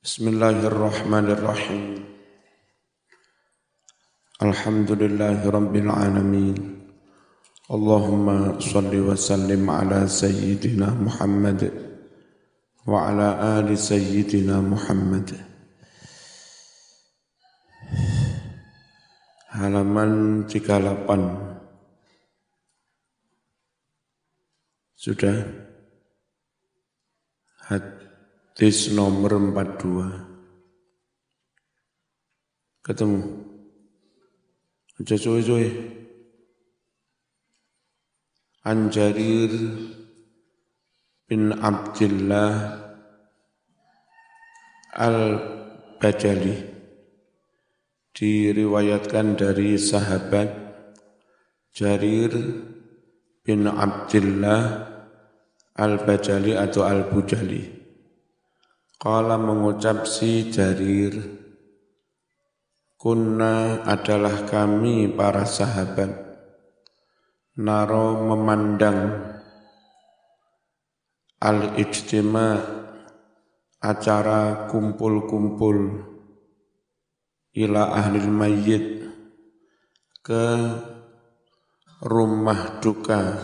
Bismillahirrahmanirrahim. Alhamdulillahi rabbil alamin. Allahumma salli wa sallim ala sayyidina Muhammad wa ala ali sayyidina Muhammad. Halaman 38. Sudah? Hadis nomor 42. Ketemu? Aja suwe-suwe. An Jarir bin Abdillah Al-Bajali, diriwayatkan dari sahabat Jarir bin Abdillah Al-Bajali atau Al-Bujali. Qala mengucap si Jarir, kunna adalah kami para sahabat, naro memandang al-ijtima, acara kumpul-kumpul, ila ahlil mayyit, ke rumah duka,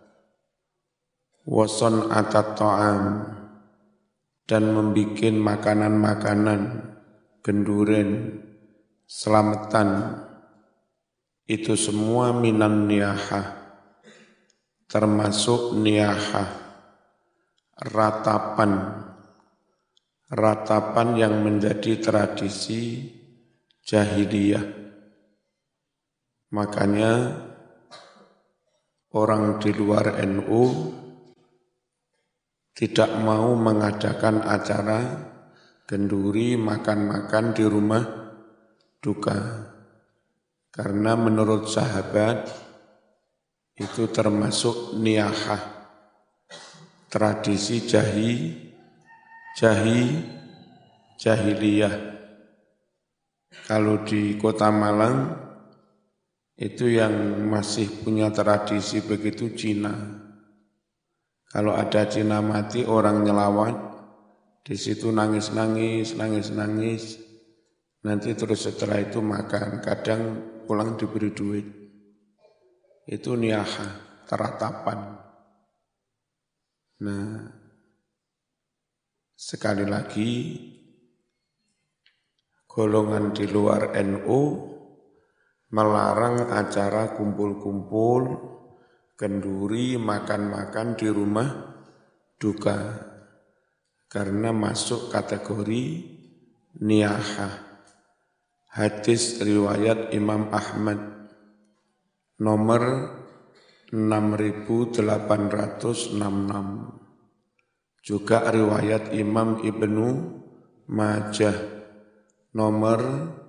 wason atat ta'am, dan membikin makanan-makanan, genduren, selamatan, itu semua minan niyahah, termasuk niyahah, ratapan yang menjadi tradisi jahiliyah. Makanya orang di luar NU tidak mau mengadakan acara genduri makan-makan di rumah duka. Karena menurut sahabat itu termasuk niyahah, tradisi jahiliyah. Kalau di Kota Malang itu yang masih punya tradisi begitu Cina. Kalau ada Cina mati, orang nyelawat, di situ nangis-nangis, nanti terus setelah itu makan, kadang pulang diberi duit. Itu niyahah, teratapan. Nah, sekali lagi, golongan di luar NU melarang acara kumpul-kumpul, kenduri, makan-makan di rumah duka, karena masuk kategori niyahah. Hadis riwayat Imam Ahmad nomor 6866, juga riwayat Imam Ibnu Majah nomor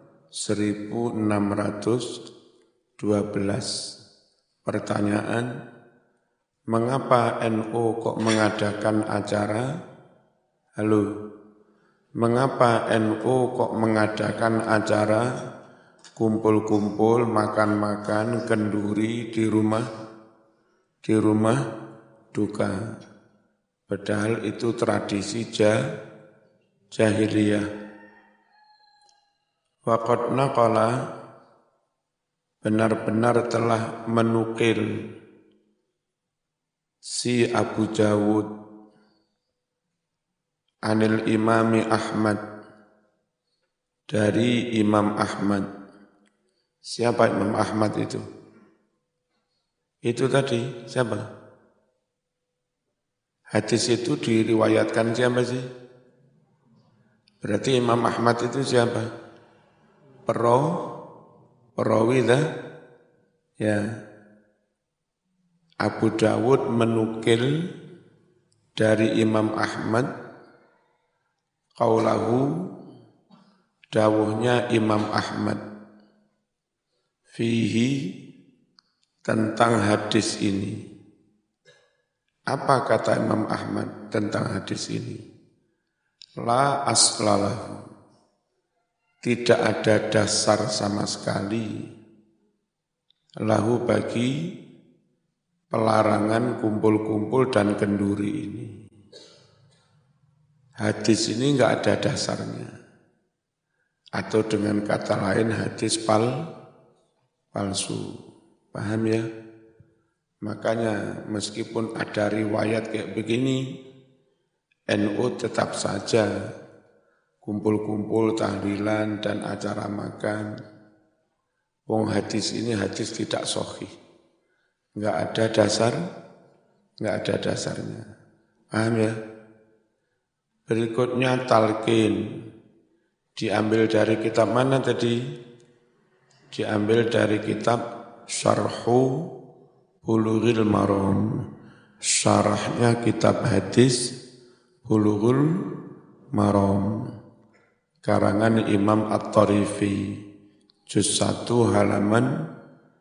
1612. Pertanyaan, mengapa NU kok mengadakan acara? Halo, mengapa NU kok mengadakan acara kumpul-kumpul, makan-makan, kenduri di rumah duka? Padahal itu tradisi jahiliyah. Waqad naqala, benar-benar telah menukil si Abu Dawud anil Imami Ahmad, dari Imam Ahmad. Siapa Imam Ahmad itu? Itu tadi, siapa? Hadis itu diriwayatkan siapa sih? Berarti Imam Ahmad itu siapa? Perawi dah? Ya. Abu Dawud menukil dari Imam Ahmad qaulahu, dawuhnya Imam Ahmad, fihi, tentang hadis ini. Apa kata Imam Ahmad tentang hadis ini? La aslalahu, tidak ada dasar sama sekali, lahu bagi pelarangan kumpul-kumpul dan kenduri ini. Hadis ini enggak ada dasarnya. Atau dengan kata lain hadis palsu. Paham ya? Makanya meskipun ada riwayat kayak begini, NU tetap saja kumpul-kumpul tahlilan dan acara makan. Wong hadis ini hadis tidak sahih. Enggak ada dasar, enggak ada dasarnya. Paham ya? Berikutnya talqin. Diambil dari kitab mana tadi? Diambil dari kitab Syarhu Bulughul Maram. Syarahnya kitab hadis Bulughul Maram. Karangan Imam At-Tarifi. Juz 1 halaman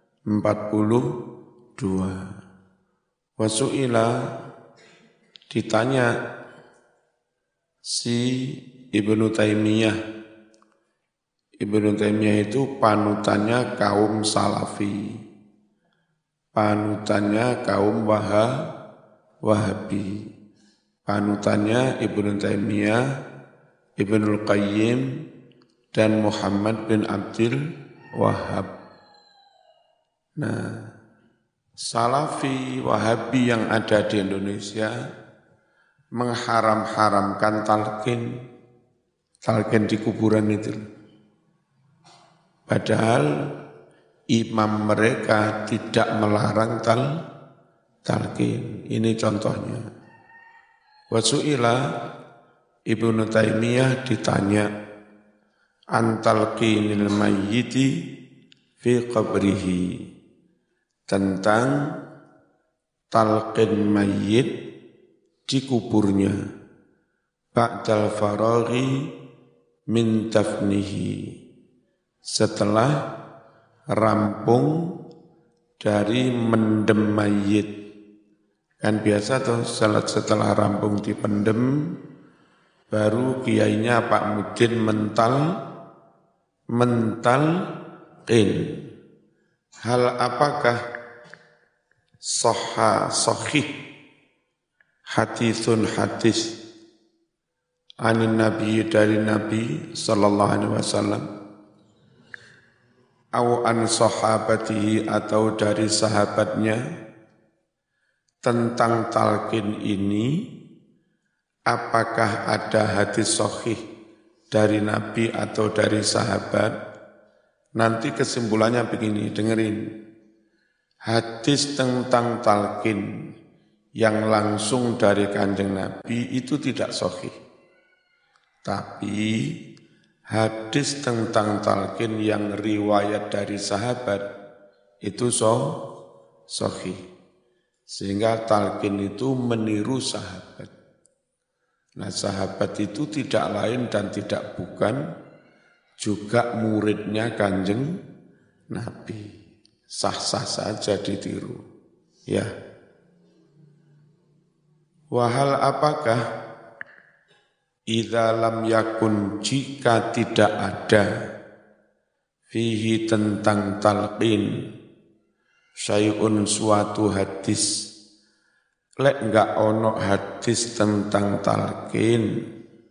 42. Wasu'ila ditanya si Ibnu Taimiyah. Ibnu Taimiyah itu panutannya kaum Salafi, panutannya kaum Wahabi, panutannya Ibnu Taimiyah, Ibnul Qayyim, dan Muhammad bin Abdul Wahhab. Nah, Salafi, Wahabi yang ada di Indonesia mengharam-haramkan talqin di kuburan itu. Padahal imam mereka tidak melarang talqin. Ini contohnya. Wasu'ila Ibnu Taimiyah ditanya an talqinil mayyiti fi qabrihi, tentang talqin mayyit di kuburnya ba'dal faraghi min dafnihi, setelah rampung dari mendem mayit. Kan biasa tuh setelah rampung dipendem, baru kiainya Pak Mudin mentalqin. Hal apakah sahih hadithun hadis anin Nabi, dari Nabi sallallahu alaihi wasallam, au an sahabatihi, atau dari sahabatnya, tentang talqin ini, apakah ada hadis sahih dari Nabi atau dari sahabat? Nanti kesimpulannya begini, dengerin. Hadis tentang talqin yang langsung dari Kanjeng Nabi itu tidak sahih. Tapi hadis tentang talqin yang riwayat dari sahabat itu sahih. Sehingga talqin itu meniru sahabat. Nah, sahabat itu tidak lain dan tidak bukan juga muridnya Kanjeng Nabi. Sah-sah saja ditiru. Ya. Wahal apakah idza lam yakun, jika tidak ada, fihi tentang talqin, syai'un suatu hadis, lek enggak ono hadis tentang talqin,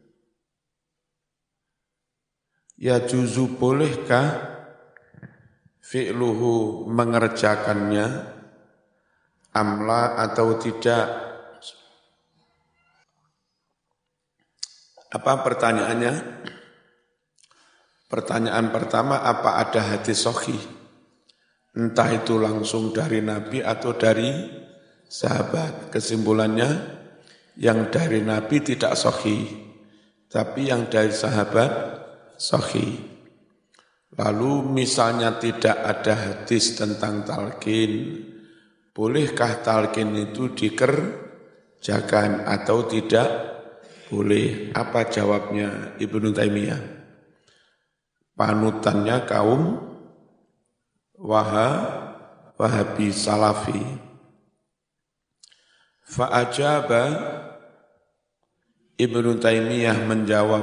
ya juzu bolehkah fi'luhu mengerjakannya, amla atau tidak? Apa pertanyaannya? Pertanyaan pertama, apa ada hadis sahih? Entah itu langsung dari Nabi atau dari sahabat. Kesimpulannya, yang dari Nabi tidak sahih, tapi yang dari sahabat sahih. Lalu misalnya tidak ada hadis tentang talqin, bolehkah talqin itu dikerjakan atau tidak? Boleh. Apa jawabnya Ibnu Taimiyah? Panutannya kaum Wahabi Salafi. Fa'ajaba, Ibnu Taimiyah menjawab,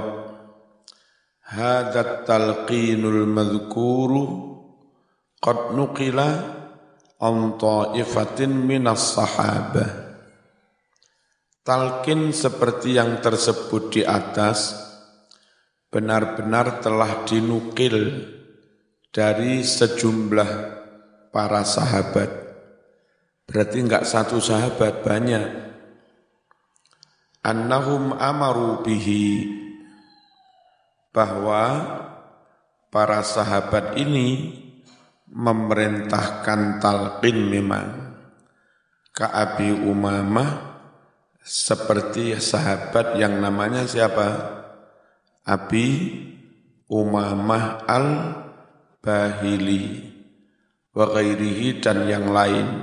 hadat talqinul madhkuru qad nuqila an ta'ifatin minas sahabah. Talqin seperti yang tersebut di atas benar-benar telah dinukil dari sejumlah para sahabat. Berarti enggak satu sahabat, banyak. Annahum amaru bihi, bahwa para sahabat ini memerintahkan talqin memang. Ka Abi Umamah, seperti sahabat yang namanya siapa? Abi Umamah al-Bahili wa ghairihi, dan yang lain.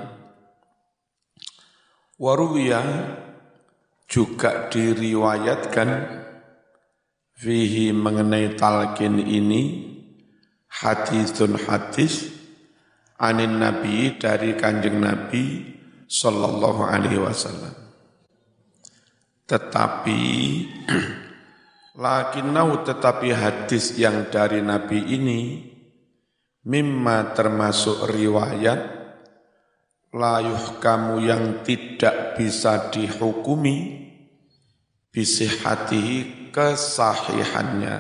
Waruya, juga diriwayatkan fihi, mengenai talqin ini, hadithun hadis anin Nabi, dari Kanjeng Nabi sallallahu alaihi wasallam. Tetapi tetapi hadis yang dari Nabi ini mimma, termasuk riwayat la yuhkamu, yang tidak bisa dihukumi bisihatihi, kesahihannya.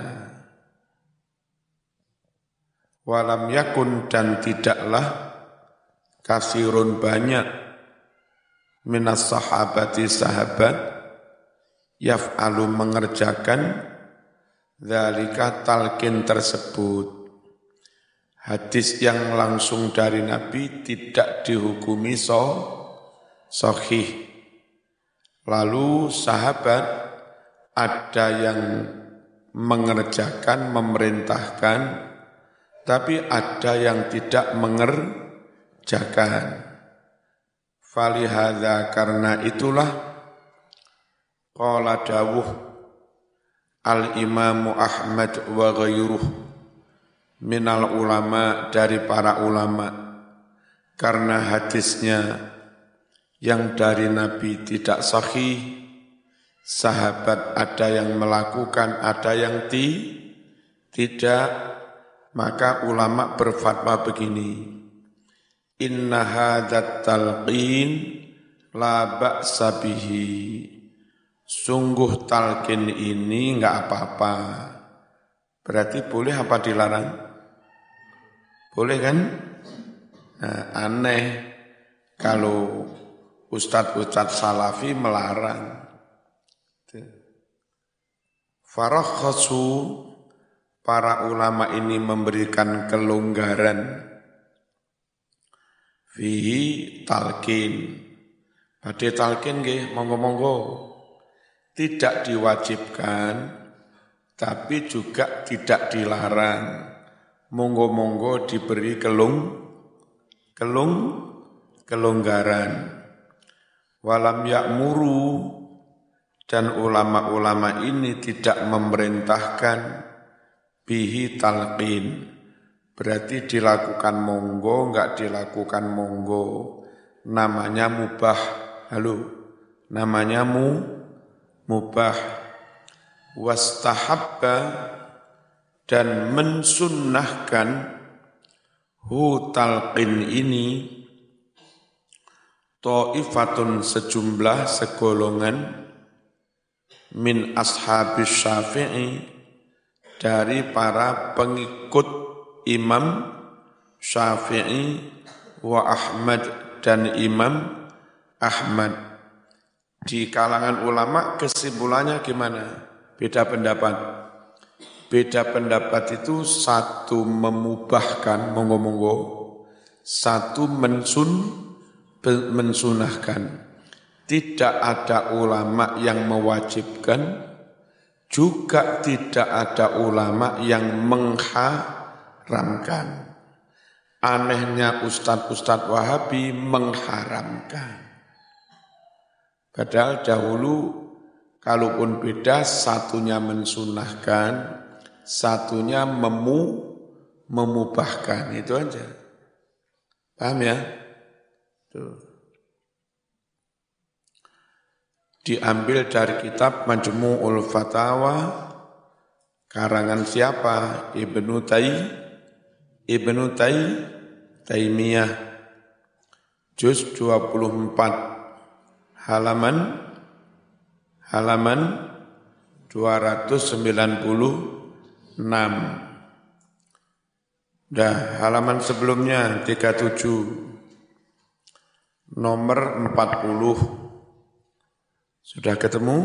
Walam yakun, dan tidaklah kasirun, banyak minas sahabati, sahabat yaf'alu, mengerjakan dzalika, talqin tersebut. Hadis yang langsung dari Nabi tidak dihukumi sahih. Lalu sahabat ada yang mengerjakan, memerintahkan, tapi ada yang tidak mengerjakan. Falihadza, karena itulah qala dawuh al-imamu Ahmad wa ghairuh minal ulama, dari para ulama, karena hadisnya yang dari Nabi tidak sahih, sahabat ada yang melakukan, ada yang tidak, maka ulama berfatwa begini, inna hadzat talqin la ba'sa bihi, sungguh talqin ini enggak apa-apa. Berarti boleh apa dilarang? Boleh kan? Nah, aneh kalau ustadz-ustadz salafi melarang. Farakhasu, para ulama ini memberikan kelonggaran fihi talqin. Badhe talqin nggih, monggo-monggo. Tidak diwajibkan, tapi juga tidak dilarang. Monggo-monggo diberi kelonggaran. Walam ya'muru, dan ulama-ulama ini tidak memerintahkan bihi talqin. Berarti dilakukan monggo, enggak dilakukan monggo. Namanya mubah. Halo, namanya mubah. Wastahabba, dan mensunnahkan hu talqin ini ta'ifatun, sejumlah segolongan min ashabis Syafi'i, dari para pengikut Imam Syafi'i wa Ahmad, dan Imam Ahmad. Di kalangan ulama kesimpulannya gimana? Beda pendapat. Beda pendapat itu satu memubahkan, monggo-monggo, satu mensunahkan. Tidak ada ulama yang mewajibkan, juga tidak ada ulama yang mengharamkan. Anehnya ustadz-ustadz Wahabi mengharamkan. Padahal dahulu kalaupun beda, satunya mensunahkan, satunya memubahkan, itu aja. Paham ya? Tuh. Diambil dari kitab Majmu'ul Fatawa, karangan siapa? Ibnu Taimiyah, juz 24, halaman halaman 296. Dah, halaman sebelumnya 37, nomor 40. Sudah ketemu?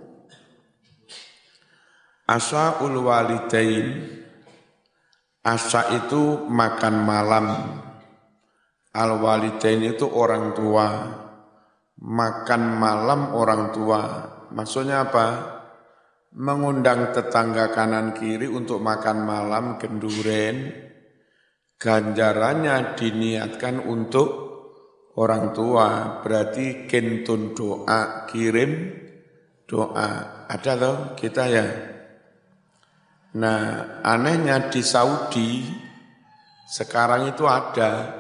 Asya'ul walidain. Asya itu makan malam. Al-walidain itu orang tua. Makan malam orang tua. Maksudnya apa? Mengundang tetangga kanan kiri untuk makan malam genduren. Ganjarannya diniatkan untuk orang tua. Berarti kentun doa, kirim doa. Ada toh kita ya? Nah, anehnya di Saudi sekarang itu ada.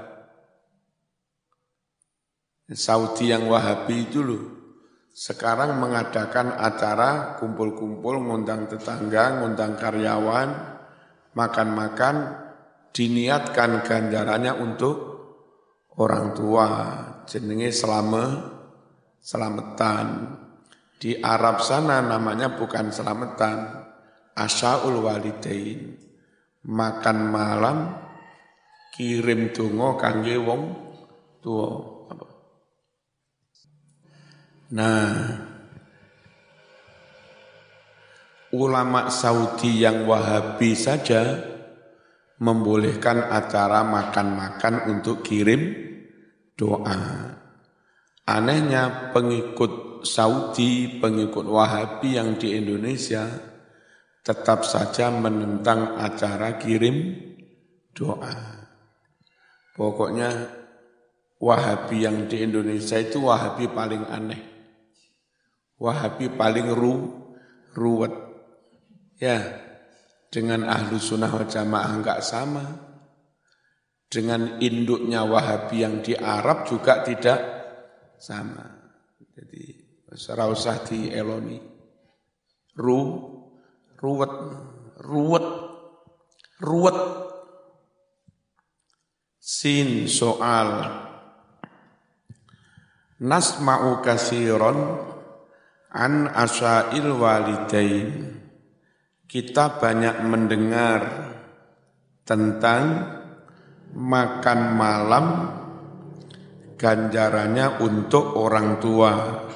Saudi yang Wahabi itu loh. Sekarang mengadakan acara kumpul-kumpul, ngundang tetangga, ngundang karyawan, makan-makan, diniatkan ganjarannya untuk orang tua. Jenenge selamatan. Di Arab sana namanya bukan selamatan, asya'ul walidain. Makan malam, kirim donga kangge wong tua. Nah, ulama Saudi yang Wahabi saja membolehkan acara makan-makan untuk kirim doa. Anehnya pengikut Saudi, pengikut Wahabi yang di Indonesia tetap saja menentang acara kirim doa. Pokoknya Wahabi yang di Indonesia itu Wahabi paling aneh. Wahabi paling ruwet. Ya, dengan ahlu sunnah wal jamaah enggak sama. Dengan induknya Wahabi yang di Arab juga tidak sama. Jadi, ora usah dieloni. Ruwet. Sin soal. Nasma'u kasiron an asya'il walidain. Kita banyak mendengar tentang makan malam ganjarannya untuk orang tua.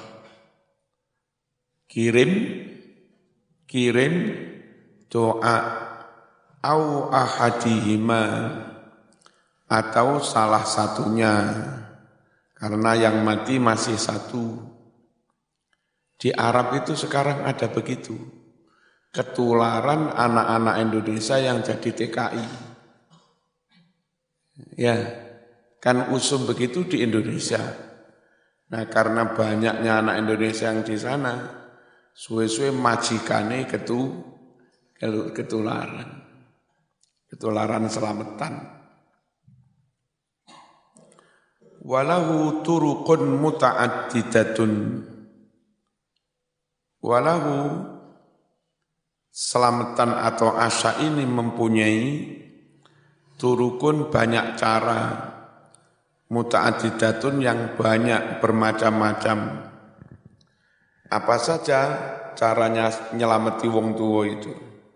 Kirim doa au ahadihima, atau salah satunya, karena yang mati masih satu. Di Arab itu sekarang ada begitu. Ketularan anak-anak Indonesia yang jadi TKI. Ya, kan usum begitu di Indonesia. Nah, karena banyaknya anak Indonesia yang di sana, suwe-suwe majikane ketularan selamatan. Walahu turuqun muta'addidatun. Walahu selamatan atau asya ini mempunyai turukun banyak cara, muta'addidatun yang banyak bermacam-macam. Apa saja caranya nyelamati wong tua itu?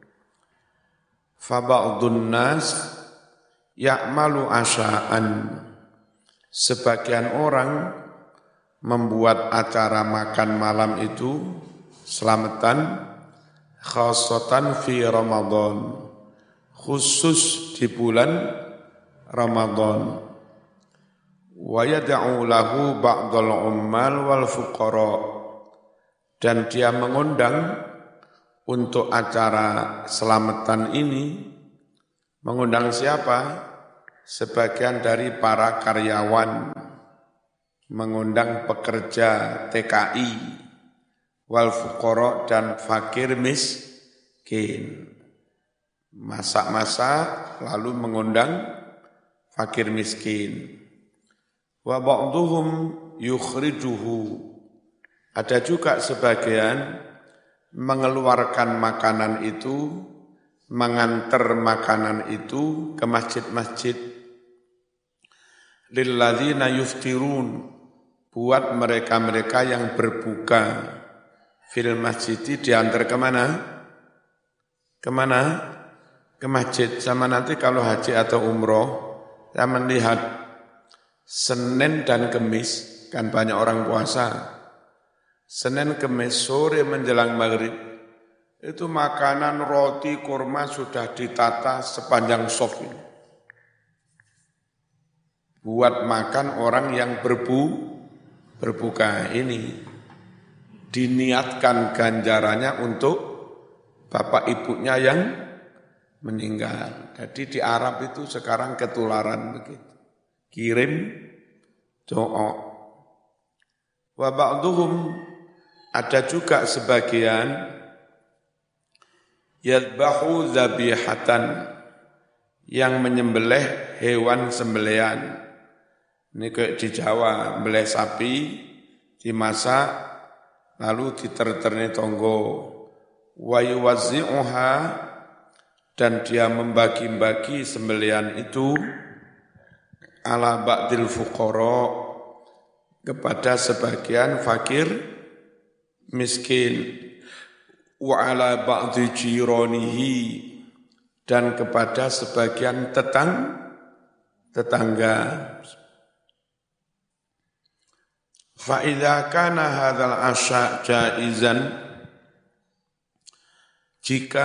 Fa ba'dun nas ya'malu asya'an. Sebagian orang membuat acara makan malam itu selamatan khasatan fi Ramadan, khusus di bulan Ramadan. Wa yad'u lahu ba'dal ummal wal fuqara, dan dia mengundang untuk acara selamatan ini, mengundang siapa? Sebagian dari para karyawan, mengundang pekerja TKI, wal fuqara, dan fakir miskin. Masak-masak lalu mengundang fakir miskin. Wa ba'duhum yukhrijuhu. Ada juga sebagian mengeluarkan makanan itu, mengantar makanan itu ke masjid-masjid. Lilladzina yuftirun, buat mereka-mereka yang berbuka fil masjidi diantar kemana? Kemana? Ke masjid. Sama nanti kalau haji atau umroh, saya melihat Senin dan Kemis, kan banyak orang puasa. Senin, Kemis, sore menjelang maghrib, itu makanan roti, kurma sudah ditata sepanjang sop ini. Buat makan orang yang berbuka ini. Diniatkan ganjarannya untuk bapak ibunya yang meninggal. Jadi di Arab itu sekarang ketularan begitu. Kirim doa. Wa ba'duhum, ada juga sebagian yadbahu dzabihatan, yang menyembelih hewan sembelihan. Ini kayak di Jawa, membelih sapi, dimasak, lalu diterterni tonggo. Wa yuwazzi'uha, dan dia membagi-bagi sembelihan itu ala ba'dil fuqara, kepada sebagian fakir miskin, wa ala ba'di jiranihi, dan kepada sebagian tetangga. Fa idza kana hadzal asya jaizan, jika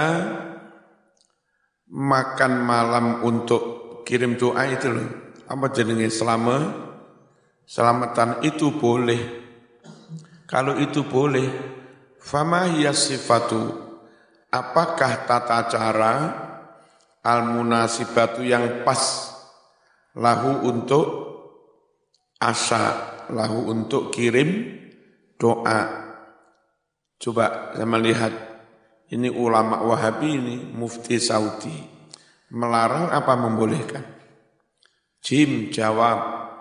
makan malam untuk kirim doa itu loh, apa jenenge, selamatan itu boleh. Kalau itu boleh, fama hiya sifatu, apakah tata cara al-munasibatu yang pas lahu untuk asa, lahu untuk kirim doa. Coba saya melihat ini ulama Wahabi ini, mufti Saudi, melarang apa membolehkan? Jim jawab,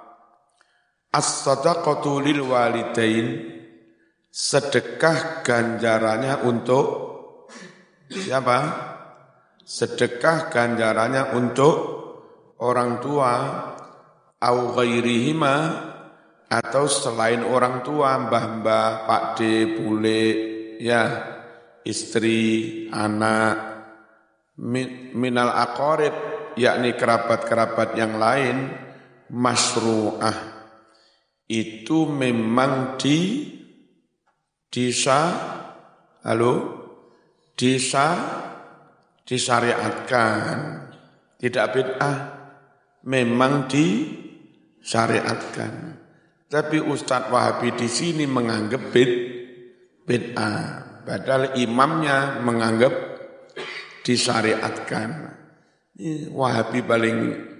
as-sadaqatu lil walidain, sedekah ganjarannya untuk siapa? Sedekah ganjarannya untuk orang tua, au ghairihima, atau selain orang tua, mbah-mbah, pakde, bule, ya, istri, anak, minal aqarib, yakni kerabat-kerabat yang lain, masyru'ah, itu memang disyariatkan, tidak bid'ah, memang disyariatkan. Tapi Ustadz Wahabi di sini menganggap bid'ah, padahal imamnya menganggap disyariatkan. Ini Wahabi paling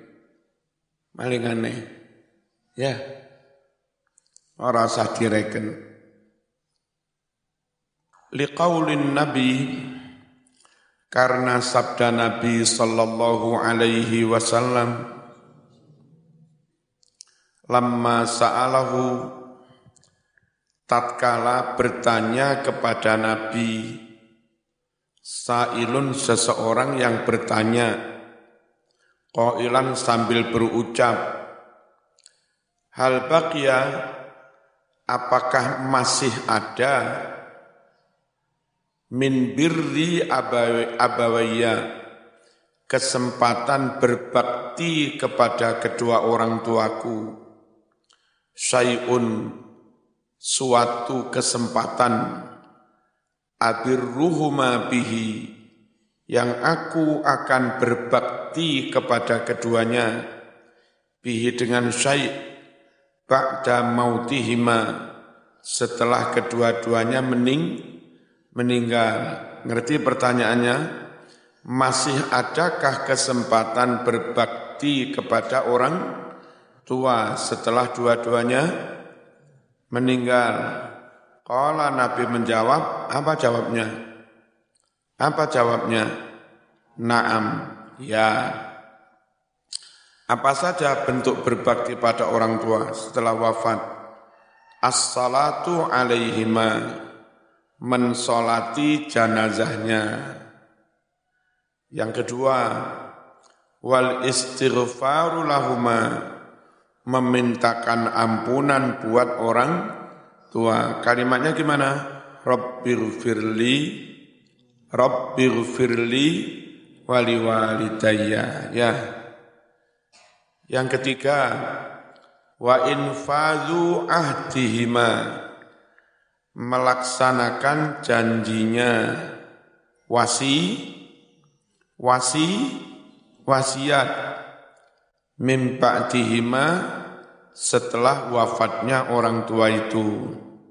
aneh, ya, orang usah direken. Liqaulin Nabi, karena sabda Nabi sallallahu alaihi wasallam, lamma sa'alahu, tatkala bertanya kepada Nabi, sa'ilun, seseorang yang bertanya, qailan, sambil berucap, hal baqiya, apakah masih ada min birri abawayya, kesempatan berbakti kepada kedua orang tuaku, syai'un, suatu kesempatan, abirruhuma bihi, yang aku akan berbakti kepada keduanya, bihi dengan syai', ba'da mautihima, setelah kedua-duanya meninggal. Ngerti pertanyaannya? Masih adakah kesempatan berbakti kepada orang tua setelah dua-duanya meninggal? Qala, Nabi menjawab, apa jawabnya? Naam, ya. Apa saja bentuk berbakti pada orang tua setelah wafat? As-salatu alaihima, mensolati janazahnya. Yang kedua, wal istighfaru lahuma, memintakan ampunan buat orang tua. Kalimatnya gimana? Rabbighfirli wali walidayya. Ya. Yang ketiga, wa infadhu ahdihima, melaksanakan janjinya, wasiat mim ba'dihima, setelah wafatnya orang tua itu.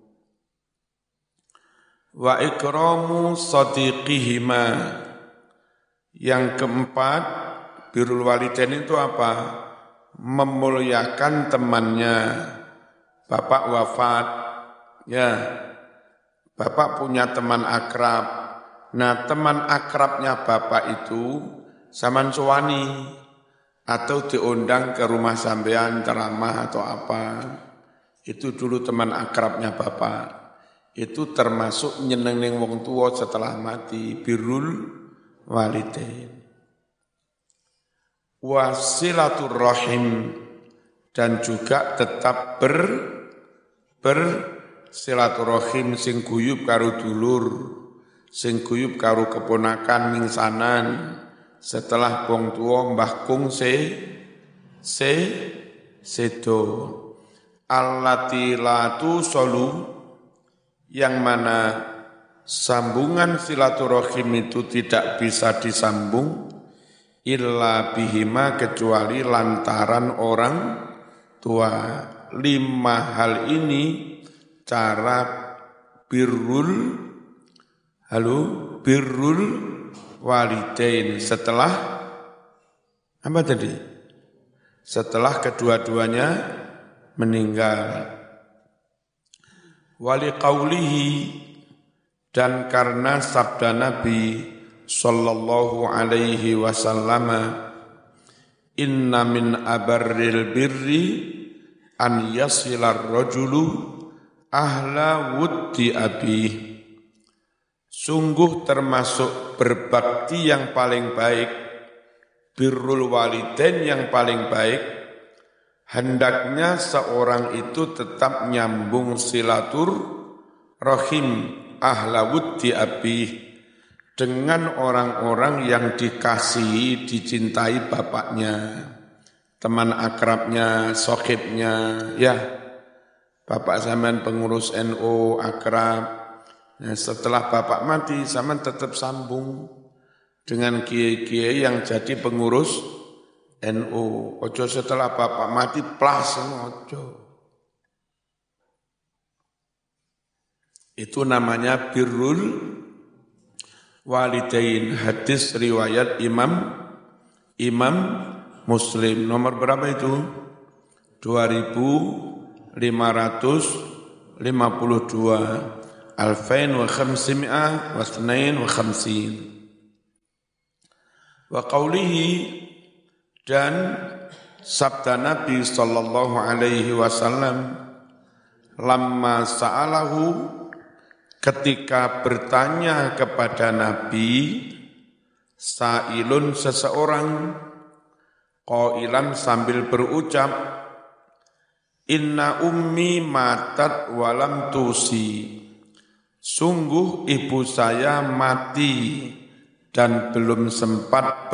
Wa ikramu sadiqihima. Yang keempat, birrul walidain itu apa? Memuliakan temannya. Bapak wafat, ya, bapak punya teman akrab. Nah, teman akrabnya bapak itu sampean suwani atau diundang ke rumah sampean ceramah atau apa. Itu dulu teman akrabnya bapak. Itu termasuk nyenengin wong tua setelah mati, birrul walidain. Wasilaturrahim, dan juga tetap bersilaturahim, sing guyub karo dulur, sing guyub karo keponakan mingsanan, setelah wong tua mbah kung sedo. Allati latu solu, yang mana sambungan silaturahim itu tidak bisa disambung illa bihima, kecuali lantaran orang tua. 5 hal ini cara birrul walidain setelah apa tadi? Setelah kedua-duanya meninggal. Wali qaulihi, dan karena sabda Nabi sallallahu alaihi wasallam, inna min abarril birri an yasilar rajulu ahla wuddi abih. Sungguh termasuk berbakti yang paling baik, birrul walidain yang paling baik, hendaknya seorang itu tetap nyambung silaturahim ahla wuddi abih, dengan orang-orang yang dikasihi, dicintai bapaknya, teman akrabnya, sohibnya, ya. Bapak sampean pengurus NU akrab. Nah, setelah bapak mati, sampean tetap sambung dengan kiai-kiai yang jadi pengurus NU. Ojo setelah bapak mati plas, ojo. Itu namanya birrul walidain. Hadis riwayat Imam Muslim. Nomor berapa itu? 2552. Alfain wa khamsim'ah wa thnain wa khamsin. Wa qawlihi, dan sabda Nabi sallallahu alaihi wasallam, lamma sa'alahu, ketika bertanya kepada Nabi, sa'ilun, seseorang, qailan, sambil berucap, inna ummi matat walam tusi, sungguh ibu saya mati dan belum sempat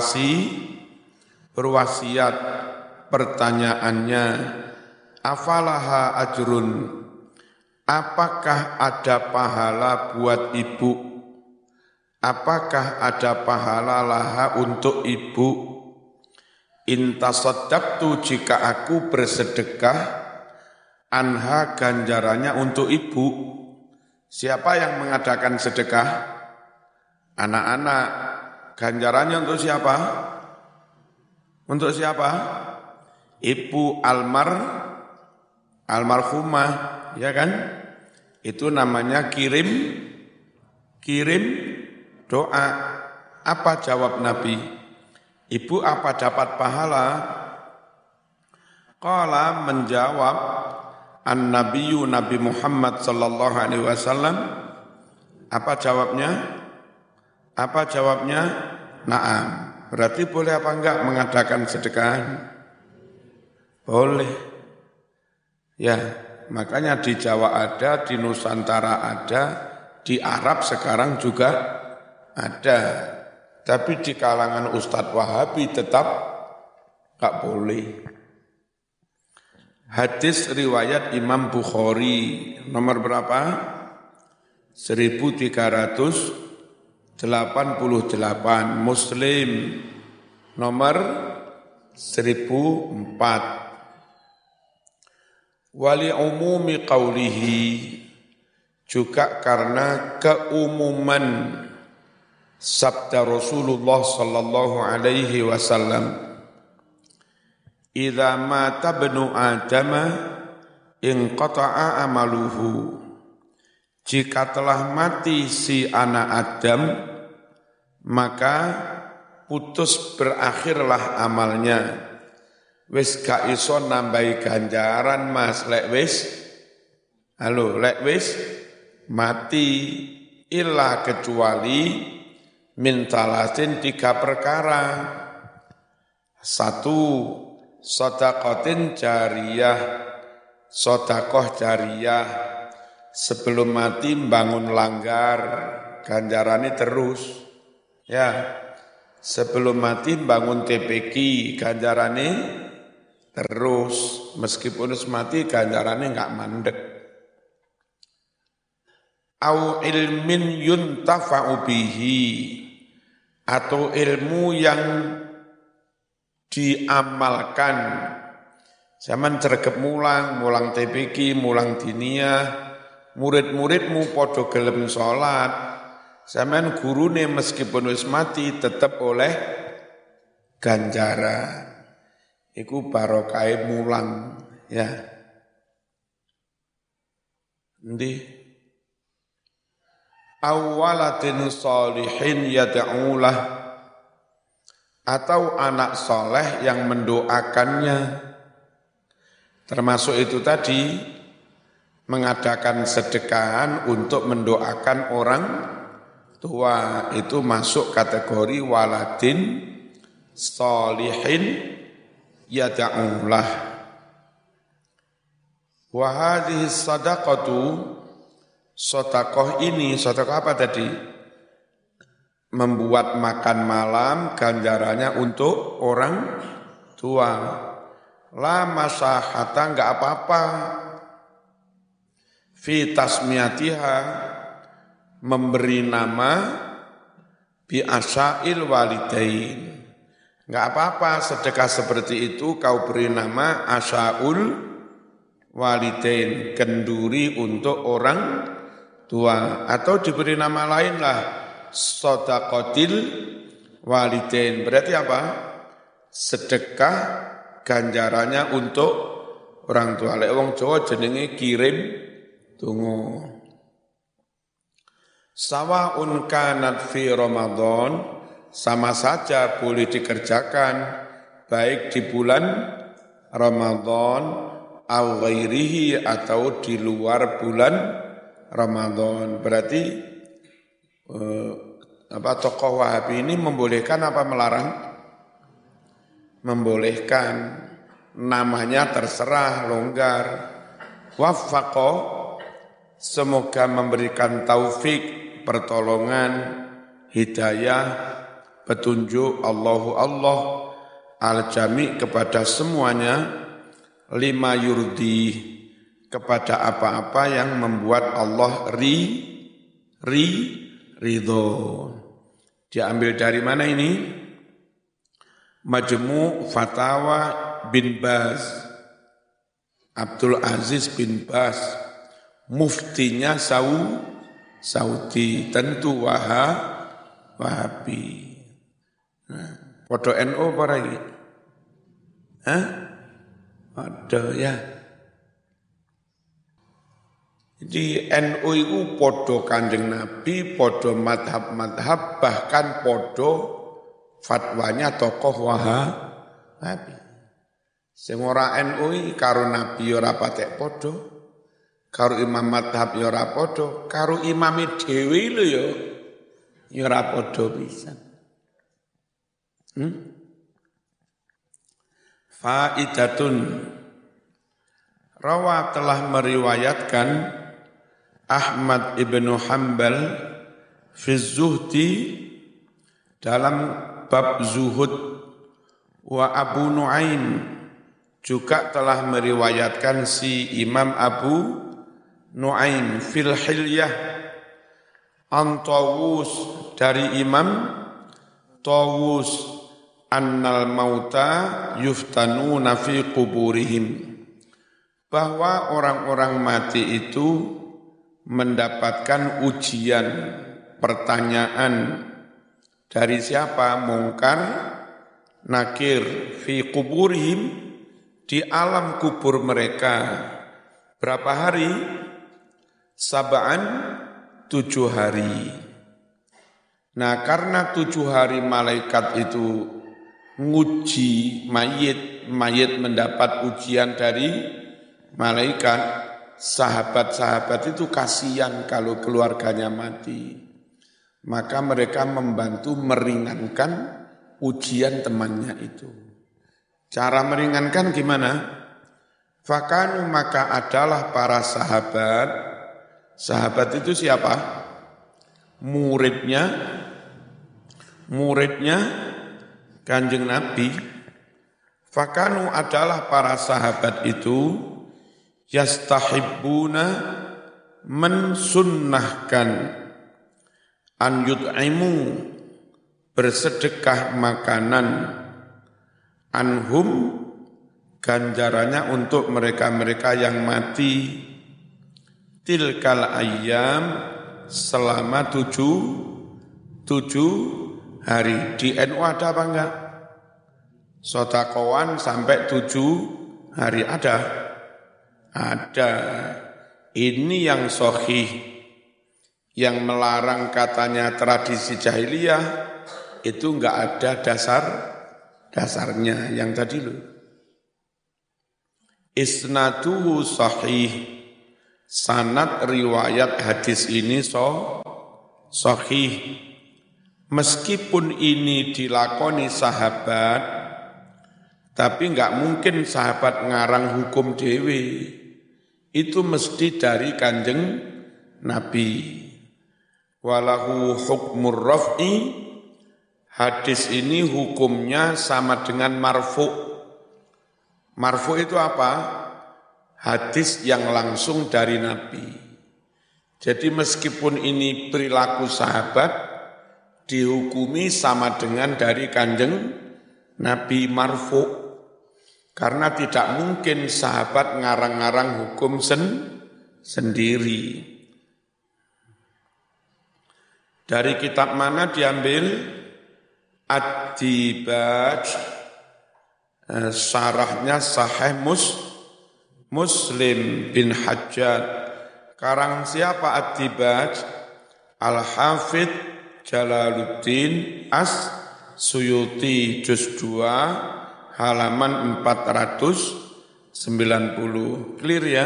berwasiat. Pertanyaannya, afalaha ajrun, apakah ada pahala buat ibu? Apakah ada pahala laha untuk ibu? Intasaddaqtu, jika aku bersedekah, anha, ganjarannya untuk ibu. Siapa yang mengadakan sedekah? Anak-anak. Ganjarannya untuk siapa? Untuk siapa? Ibu almarhumah, ya kan? Itu namanya kirim doa. Apa jawab Nabi? Ibu apa dapat pahala? Qala, menjawab an-nabiyyu, Nabi Muhammad sallallahu alaihi wasallam. Apa jawabnya? Na'am. Berarti boleh apa enggak mengadakan sedekah? Boleh. Ya, makanya di Jawa ada, di Nusantara ada, Di Arab sekarang juga ada. Tapi di kalangan Ustadz Wahabi tetap nggak boleh. Hadis riwayat Imam Bukhari nomor berapa? 1388. Muslim nomor 1004. Wali umumi qawlihi, juga karena keumuman sabda Rasulullah sallallahu alaihi wasallam, idza mata ibnu adama inqata'a amaluhu, jika telah mati si anak Adam maka putus berakhirlah amalnya. Wis gak iso nambahi ganjaran mas, lek wis mati, illa kecuali min talatin 3 perkara. 1, sedaqatin jariyah, sedekah jariyah, sebelum mati bangun langgar, ganjarane terus. Ya, sebelum mati bangun TPQ, ganjarane terus, meskipun mati ganjarannya enggak mandek. Au ilmin yuntafa'u bihi, atau ilmu yang diamalkan. Zaman cergep mulang TPQ, mulang diniyah, murid-muridmu podo gelem sholat. Zaman gurune meskipun wis mati tetap oleh ganjaran. Iku barokah mulang, ya. Ndi awwalatin sholihin yad'ulah, atau anak soleh yang mendoakannya. Termasuk itu tadi, mengadakan sedekahan untuk mendoakan orang tua, itu masuk kategori waladin sholihin yad'ulah. Wa hadhihi sadaqatu, sedekah ini, sedekah apa tadi? Membuat makan malam, ganjarannya untuk orang tua. La masahata, enggak apa-apa. Fi tasmiyatiha, memberi nama bi asyail walidain. Enggak apa-apa sedekah seperti itu kau beri nama asyaul walidain, kenduri untuk orang tua, atau diberi nama lain lah, shadaqatil walidain. Berarti apa? Sedekah ganjarannya untuk orang tua. Lek wong Jawa jenenge kirim donga. Sawaun kanat fi Ramadan, sama saja boleh dikerjakan baik di bulan Ramadan au ghairihi, atau di luar bulan Ramadan. Berarti tokoh Wahabi ini membolehkan apa melarang? Membolehkan. Namanya terserah, longgar. Waffaqo, semoga memberikan taufik, pertolongan, hidayah, petunjuk Allah al-jami' kepada semuanya, lima yurdi, kepada apa-apa yang membuat Allah ridho. Diambil dari mana ini? Majmu' Fatawa bin Baz, Abdul Aziz bin Baz, muftinya Saudi, tentu Wahabi. Podo NU apa lagi? Ada ya. Jadi NU itu podo Kanjeng Nabi, podo madhab, bahkan podo fatwanya tokoh Wahabi. Sing ora NU karo Nabi ora patek podo, karo imam madhab ora podo, karo imame dhewe lho ya ora podo pisan. Faidatun, rawa telah meriwayatkan Ahmad ibnu Hanbal fi zuhdi dalam bab zuhud, wa Abu Nuaim juga telah meriwayatkan si Imam Abu Nuaim fil hilyah an Tawus dari Imam Tawus annal mauta yuftanuna fi quburihim, bahwa orang-orang mati itu mendapatkan ujian, pertanyaan dari siapa? Mungkar, nakir, fi kuburihim, di alam kubur mereka. Berapa hari? Sab'an, 7 hari. Nah, karena 7 hari malaikat itu nguji mayit, mayit mendapat ujian dari malaikat, sahabat-sahabat itu kasihan kalau keluarganya mati. Maka mereka membantu meringankan ujian temannya itu. Cara meringankan gimana? Fakanu, maka adalah para sahabat. Sahabat itu siapa? Muridnya Kanjeng Nabi. Fakanu adalah para sahabat itu yastahibbuna, mensunnahkan, an yut'imu, bersedekah makanan, anhum, ganjarannya untuk mereka-mereka yang mati, tilkal ayyam, selama 7 hari. Di NU ada apa enggak? Sodakowan sampai 7 hari ada. Ada. Ini yang sahih, yang melarang katanya tradisi jahiliyah itu enggak ada dasarnya yang tadi loh. Isnaduhu sahih, sanad riwayat hadis ini sahih. Meskipun ini dilakoni sahabat, tapi enggak mungkin sahabat ngarang hukum dewe. Itu mesti dari Kanjeng Nabi. Walahu hukmur raf'i, hadis ini hukumnya sama dengan marfu'. Marfu' itu apa? Hadis yang langsung dari Nabi. Jadi meskipun ini perilaku sahabat, dihukumi sama dengan dari Kanjeng Nabi, marfu'. Karena tidak mungkin sahabat ngarang-ngarang hukum sendiri. Dari kitab mana diambil? Ad-Dibaj, syarahnya Sahih Muslim bin Hajjaj. Karang siapa Ad-Dibaj? Al-Hafidh Jalaluddin As-Suyuti, juz 2, halaman 490. Clear ya?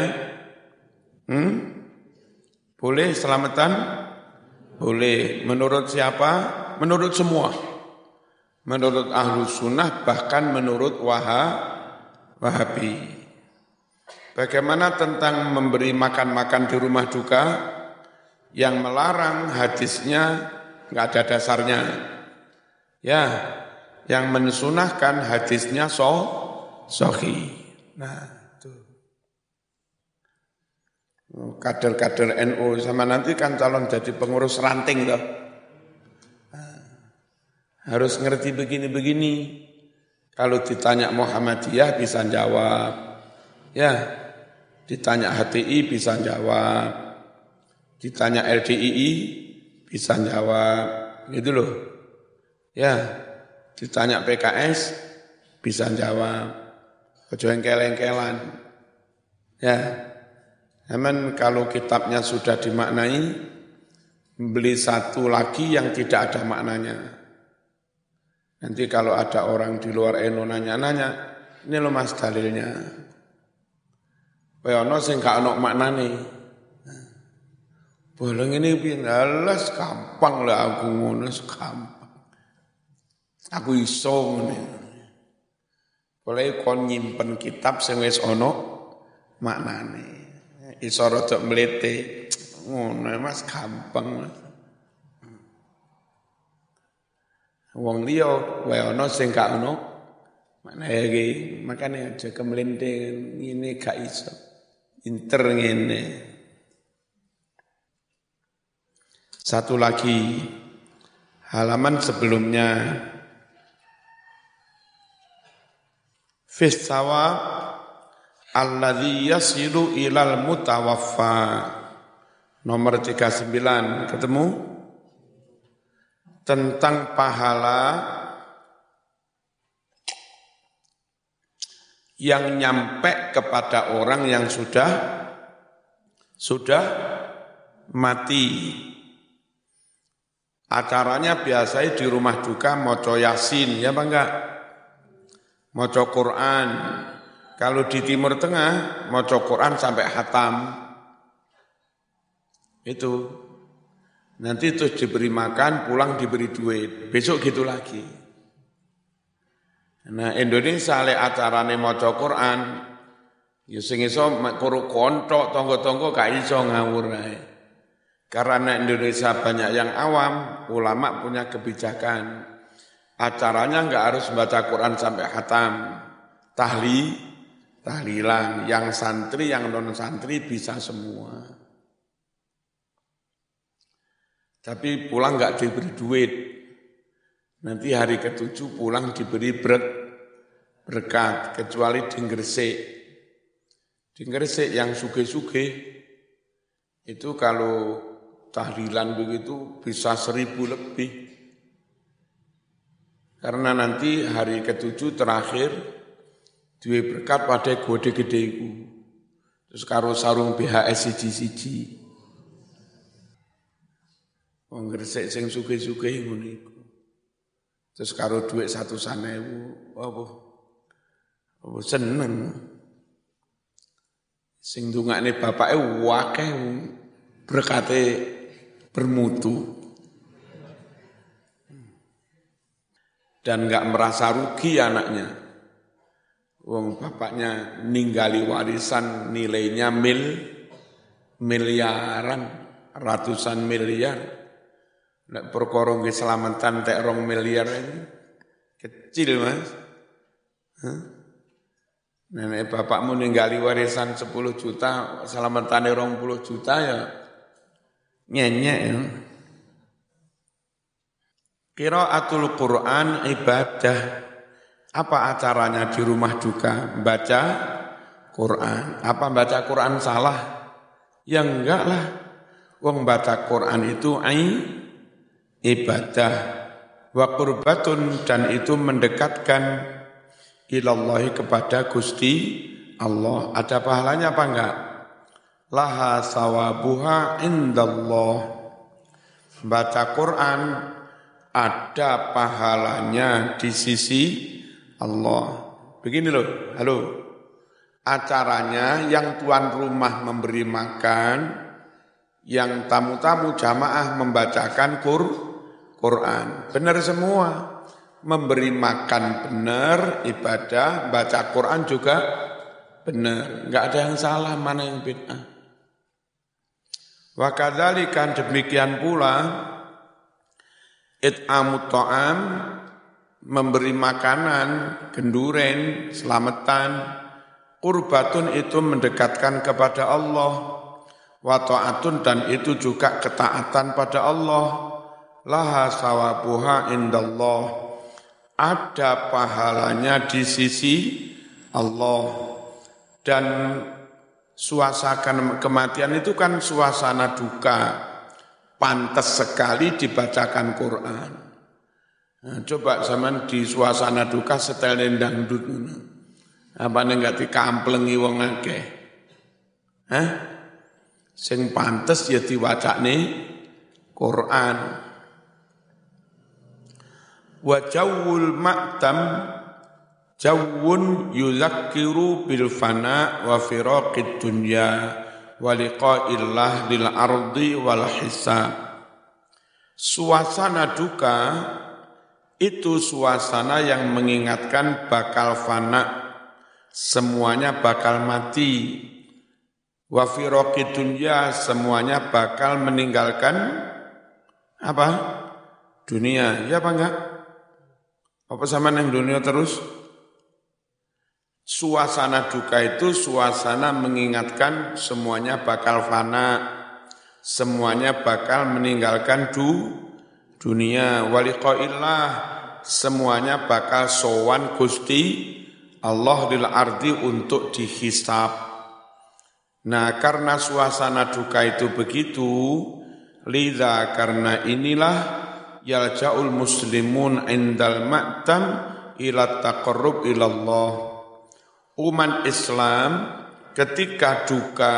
Boleh selamatan? Boleh. Menurut siapa? Menurut semua. Menurut Ahlus Sunnah, bahkan menurut Wahabi. Bagaimana tentang memberi makan-makan di rumah duka? Yang melarang hadisnya enggak ada dasarnya. Ya, yang mensunahkan hadisnya sahih. Nah, itu. Kader-kader NU sama nanti kan calon jadi pengurus ranting toh. Harus ngerti begini-begini. Kalau ditanya Muhammadiyah bisa jawab. Ya, ditanya HTI bisa jawab. Ditanya LDII bisa jawab. Gitu loh. Ya. Ditanya PKS, bisa jawab. Ojo engkel-engkelan. Ya, namun kalau kitabnya sudah dimaknai, beli satu lagi yang tidak ada maknanya. Nanti kalau ada orang di luar NU nanya-nanya, ini loh mas dalilnya. Ono sing gak ono maknane. Bolong ini pindalas gampang lah aku ngono, gampang. Aku iso ngene. Boleh kon nyimpen kitab sing wis ana maknane. Iso rada mlete. ngono Mas gampang Mas. Wong liya wae ana sing gak ono. Maknane iki makane aja kemlinting ngene gak iso. Inter ngene. Satu lagi halaman sebelumnya fis sawab alladzi yasilu ilal mutawaffa nomor 39 ketemu tentang pahala yang nyampe kepada orang yang sudah mati. Acaranya biasanya di rumah duka maca Yasin, ya apa enggak? Maca Quran. Kalau di Timur Tengah maca Quran sampai khatam. Itu. Nanti terus diberi makan, pulang diberi duit. Besok gitu lagi. Nah, Indonesia le acarane maca Quran, ya sing iso karo kontok tangga-tangga gak iso ngawur ae. Karena Indonesia banyak yang awam, ulama punya kebijakan. Acaranya enggak harus baca Quran sampai khatam. Tahlilan, yang santri, yang non santri bisa semua. Tapi pulang enggak diberi duit. Nanti hari ke-7 pulang diberi berkat, kecuali di Gresik. Di Gresik yang sugih-sugih, itu kalau tahlilan begitu bisa 1.000 lebih. Karena nanti hari ke-7 terakhir, duwe berkat pada gede-gede iku. Terus karo sarung BHS siji-siji. Wong Gresik sing sugih-sugih ngono iku. Terus karo dhuwit 100.000, apa seneng. Sing ndongakne bapake akeh berkate bermutu. Dan enggak merasa rugi anaknya. Wong bapaknya ninggali warisan nilainya miliaran, ratusan miliar. Nek perkara nggih selamatan tek 2 miliar ini kecil Mas. Nenek bapakmu ninggali warisan 10 juta, selamatane 20 juta ya nyenyek ya. Qiraatul Quran ibadah. Apa acaranya di rumah duka? Baca Quran. Apa baca Quran salah? Ya enggak lah. Wong baca Quran itu ibadah wa qurbatun, dan itu mendekatkan ilallahi kepada Gusti Allah. Ada pahalanya apa enggak? Laha sawabuha indallah. Baca Quran ada pahalanya di sisi Allah. Begini loh, halo. Acaranya yang tuan rumah memberi makan, yang tamu-tamu jamaah membacakan Quran. Benar semua. Memberi makan benar, ibadah, baca Quran juga benar. Enggak ada yang salah, mana yang bid'ah. Wa kadzalika, demikian pula it'amut ta'am, memberi makanan, genduren, selamatan, qurbatun itu mendekatkan kepada Allah, wa ta'atun, dan itu juga ketaatan pada Allah. Laha sawabuha indallah, ada pahalanya di sisi Allah. Dan suasana kematian itu kan suasana duka, pantas sekali dibacakan Quran. Nah, coba zaman di suasana duka setel dangdut ngono. Apa nek gak dikamplengi wong akeh. Sing pantes ya diwacane Quran. Wa jawul ma'tam jawun yuzakkiru bil fana wa firaqid dunya wa liqa'illah lil ardi wal hisab. Suasana duka itu suasana yang mengingatkan bakal fana, semuanya bakal mati. Wa firaqid dunya, semuanya bakal meninggalkan apa? Dunia. Ya apa enggak? Apa sama yang dunia terus? Suasana duka itu suasana mengingatkan semuanya bakal fana, semuanya bakal meninggalkan dunia. Waliqaillah, semuanya bakal sowan Gusti Allah lil ardi untuk dihisab. Nah, karena suasana duka itu begitu, lidza karena inilah yalja'ul muslimun indal ma'tam ila taqarrub ilallah. Umat Islam ketika duka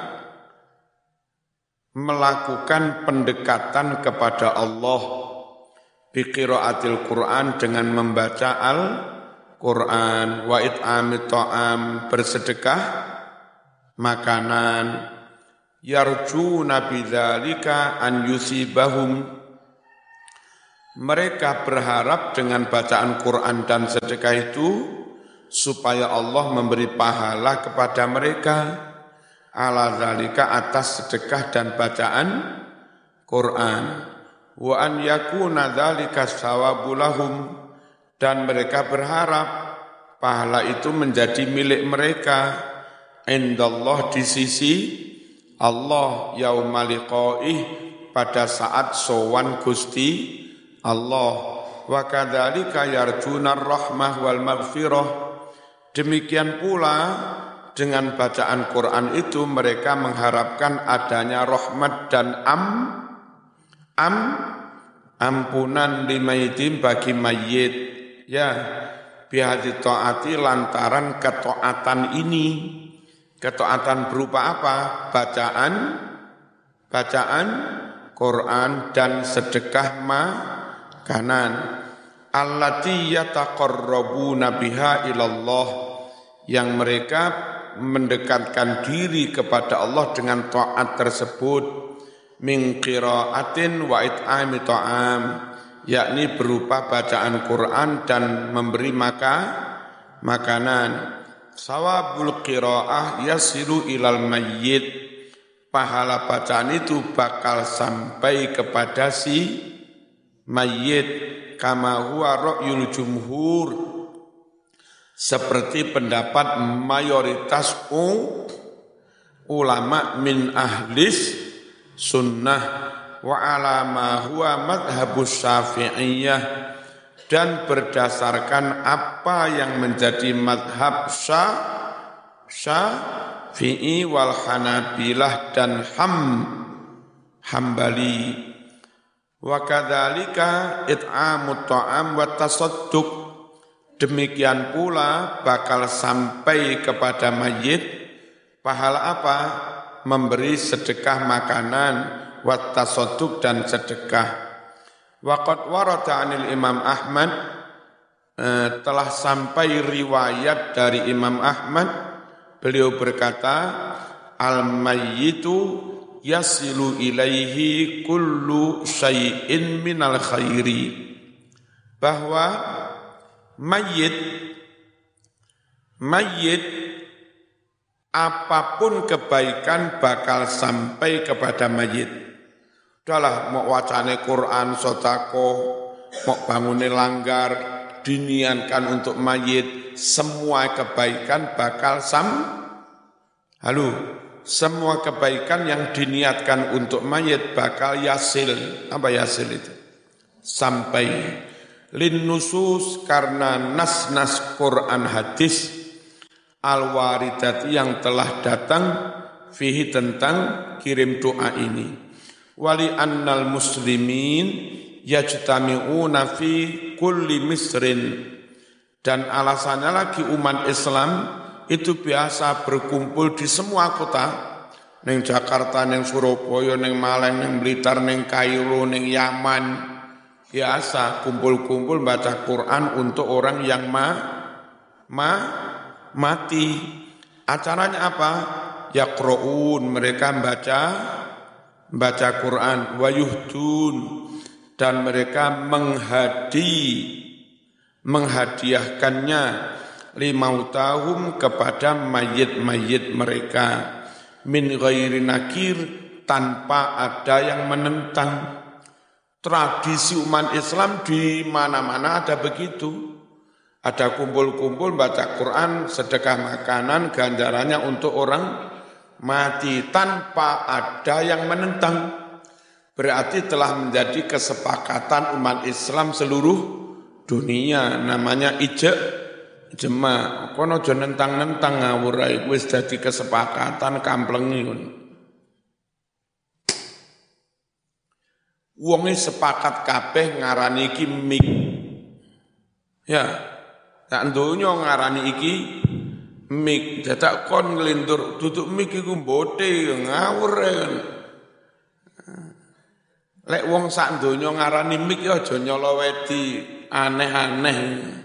melakukan pendekatan kepada Allah biqiraatil Quran dengan membaca Al-Quran, wa it'amit ta'am, bersedekah makanan, yarjuna bidzalika an yusibahum, mereka berharap dengan bacaan Quran dan sedekah itu supaya Allah memberi pahala kepada mereka ala dzalika, atas sedekah dan bacaan Quran, wa an yakuna dzalika tsawabu lahum, dan mereka berharap pahala itu menjadi milik mereka indallah, di sisi Allah, yaumal liqa'ih, pada saat sowan Gusti Allah. Wa kadzalika yarjuna rahmah wal maghfirah, demikian pula dengan bacaan Quran itu mereka mengharapkan adanya rahmat dan ampunan limaitim, bagi mayit. Ya, bihadzi taati, lantaran ketaatan ini. Ketaatan berupa apa? Bacaan Quran dan sedekah makanan. Allati yataqarrabuna biha ilallah, yang mereka mendekatkan diri kepada Allah dengan taat tersebut. Min qiraatin wa it'ami ta'am, yakni berupa bacaan Quran dan memberi makanan. Sawabul qiraah yasilu ilal mayyit, pahala bacaan itu bakal sampai kepada si mayyit. Kama huwa ra'yul jumhur, seperti pendapat mayoritas ulama min ahlis sunnah, wa ala ma huwa madhabus syafi'iyah, dan berdasarkan apa yang menjadi madhab Syafi'i wal Hanabilah dan Hambali. Wa kadzalika it'amut ta'am wa tasadduq, demikian pula bakal sampai kepada mayit pahala apa? Memberi sedekah makanan, wa tasadduq, dan sedekah. Waqad warada 'anil Imam Ahmad, telah sampai riwayat dari Imam Ahmad, beliau berkata, al-mayyitu yasilu ilaihi kullu syai'in minal khairi, bahwa mayit apapun kebaikan bakal sampai kepada mayit. Udahlah, mau wacane Quran, sodako, mau bangunin langgar, diniatkan untuk mayit, semua kebaikan bakal semua kebaikan yang diniatkan untuk mayit bakal yasil. Apa yasil itu? Sampai. Lin nusus, karena nas-nas Quran hadis al-waridati yang telah datang fihi, tentang kirim doa ini. Wali annal muslimin yajtami'una fi kulli misrin, dan alasannya lagi umat Islam itu biasa berkumpul di semua kota, neng Jakarta, neng Surabaya, neng Malang, neng Blitar, neng Kairo, neng Yaman, biasa kumpul-kumpul baca Quran untuk orang yang mati. Acaranya apa? Yaqra'un, mereka baca Quran, wa yuhdun, dan mereka menghadiahkannya limautahum, kepada mayit-mayit mereka. min ghairi nakir, tanpa ada yang menentang. Tradisi umat Islam di mana-mana ada begitu. Ada kumpul-kumpul baca Quran, sedekah makanan, ganjarannya untuk orang mati tanpa ada yang menentang. Berarti telah menjadi kesepakatan umat Islam seluruh dunia, namanya ijma. Kono aja nentang-nentang ngawur ae, wis dadi kesepakatan kamplengi. Wonge sepakat kabeh ngarani iki mik. Ya, tak donya ngarani iki mik, dadak kon nglintur duduk mik iku mbote ngawur kan. Lek wong sak donya ngarani mik ya aja nyoloweti aneh-aneh.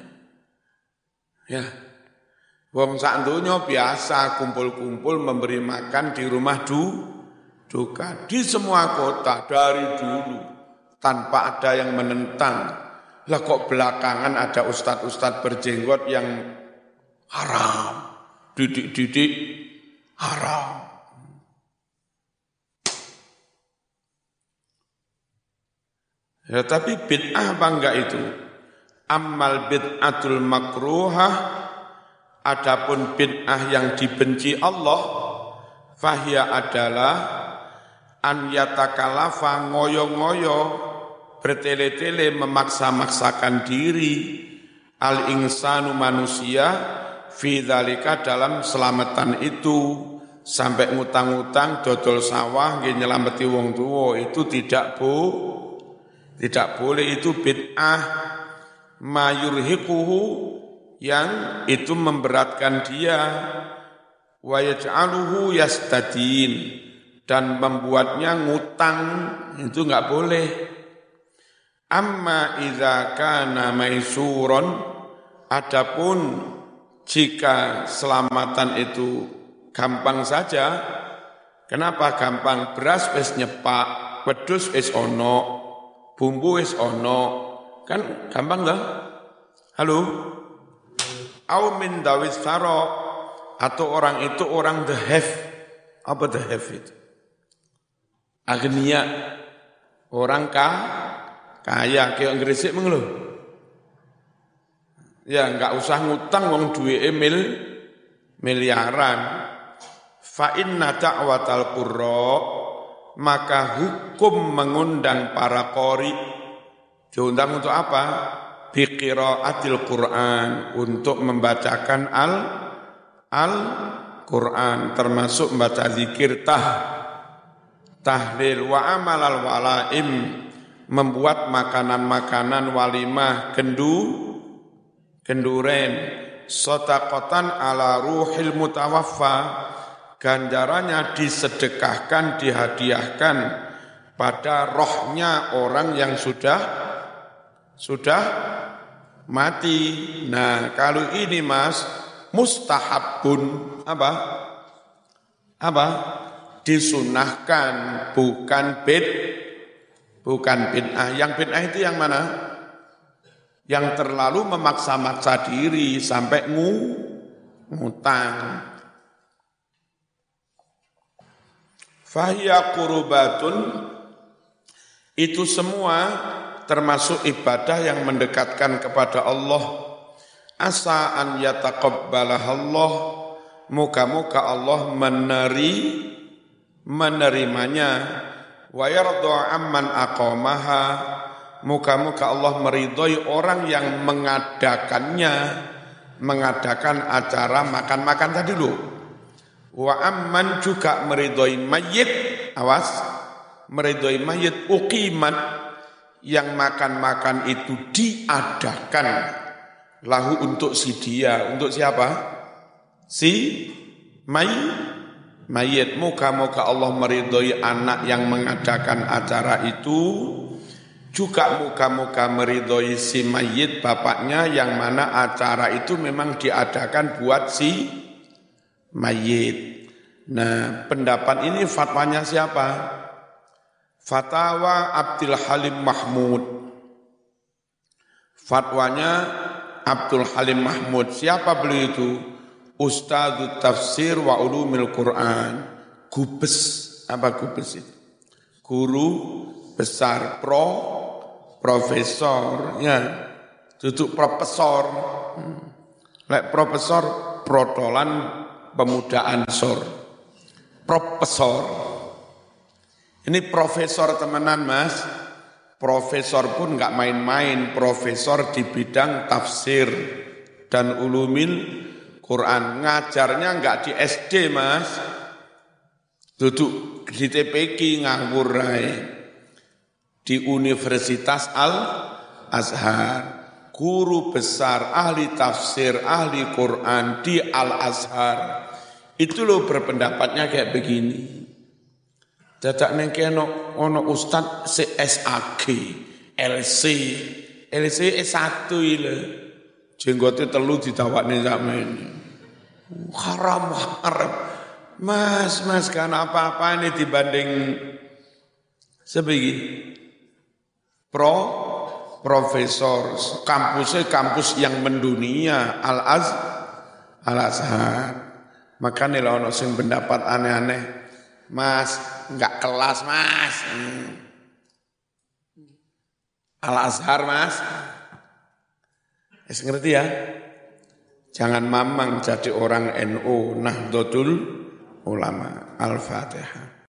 Ya. Wong sak donya biasa kumpul-kumpul memberi makan di rumah duka di semua kota dari dulu tanpa ada yang menentang. Lah kok belakangan ada ustadz-ustadz berjenggot yang haram, didik haram. Ya tapi bid'ah apa enggak itu? Ammal bid'atul makruhah, adapun bid'ah yang dibenci Allah, fahya adalah an yatakalafa ngoyo-ngoyo, bertele-tele memaksa-maksakan diri, al-insanu manusia, fi dzalika dalam selamatan itu, sampai ngutang-ngutang, dodol sawah, nyelameti wong tuwa, itu tidak boleh, itu bid'ah mayurhiquhu, yang itu memberatkan dia, wa yaj'aluhu yastadin, dan membuatnya ngutang, itu enggak boleh. Amma idza kana maisuron, adapun jika selamatan itu gampang saja. Kenapa gampang? Beras wis nyepak, wedhus wis ono, bumbu wis ono, kan gampang enggak? Halo? Au min dawis saro, atau orang itu orang the have. Apa the have itu? Agnia, orang kaya, kayak Gresik mengeluh. Ya enggak usah ngutang wong duweke miliaran. Fa inna da'watal qurra, maka hukum mengundang para qori. Diundang untuk apa? Biqiraatil Qur'an, untuk membacakan Al-Qur'an, termasuk membaca zikir tahlil wa amalal walaim, membuat makanan-makanan walimah kenduren, sodaqatan ala ruhil mutawaffa, ganjarannya disedekahkan, dihadiahkan pada rohnya orang yang sudah mati. Nah, kalau ini Mas, mustahabun, apa? Disunahkan, bukan bid'ah. Yang bid'ah itu yang mana? Yang terlalu memaksa-maksa diri sampai ngutang. Fahiya qurbatun, itu semua termasuk ibadah yang mendekatkan kepada Allah. Asa an yataqabbalahallah, moga-moga Allah menerimanya. Wa yardha amman aqamaha, moga-moga Allah meridhoi orang yang mengadakan acara makan-makan tadi dulu. Wa amman juga meridhoi mayit, awas, meridhoi mayit uqimat, yang makan-makan itu diadakan lahu untuk si dia. Untuk siapa? Si mayit. Moga-moga Allah meridhoi anak yang mengadakan acara itu, juga moga-moga meridhoi si mayit bapaknya, yang mana acara itu memang diadakan buat si mayit. Nah, pendapat ini fatwanya siapa? Fatwa Abdul Halim Mahmud. Fatwanya Abdul Halim Mahmud. Siapa beliau itu? Ustadzut Tafsir wa Ulumil Quran, gubes. Apa gubes itu? Guru besar, profesor, ya, duduk profesor. Lek profesor, protolan pemuda Ansor. Profesor. Ini profesor temenan mas. Profesor pun enggak main-main. Profesor di bidang tafsir dan ulumil Quran. Ngajarnya enggak di SD mas. Duduk di TPQ nganggur di Universitas Al-Azhar. Guru besar, ahli tafsir, ahli Quran di Al-Azhar. Itu loh berpendapatnya kayak begini. Dadak neng keno ono ustad CSAG, LC S1 ile. Jenggote telu ditawakne sakmene. Haram. Mas kan apa-apa ini dibanding sebegini. Profesor, kampusnya kampus yang mendunia, Al-Azhar. Makanya lah ono sing pendapat aneh-aneh, mas, enggak kelas mas. Al-Azhar mas. Ngerti ya? Jangan mamang jadi orang NU, Nahdlatul Ulama. Al-Fatihah.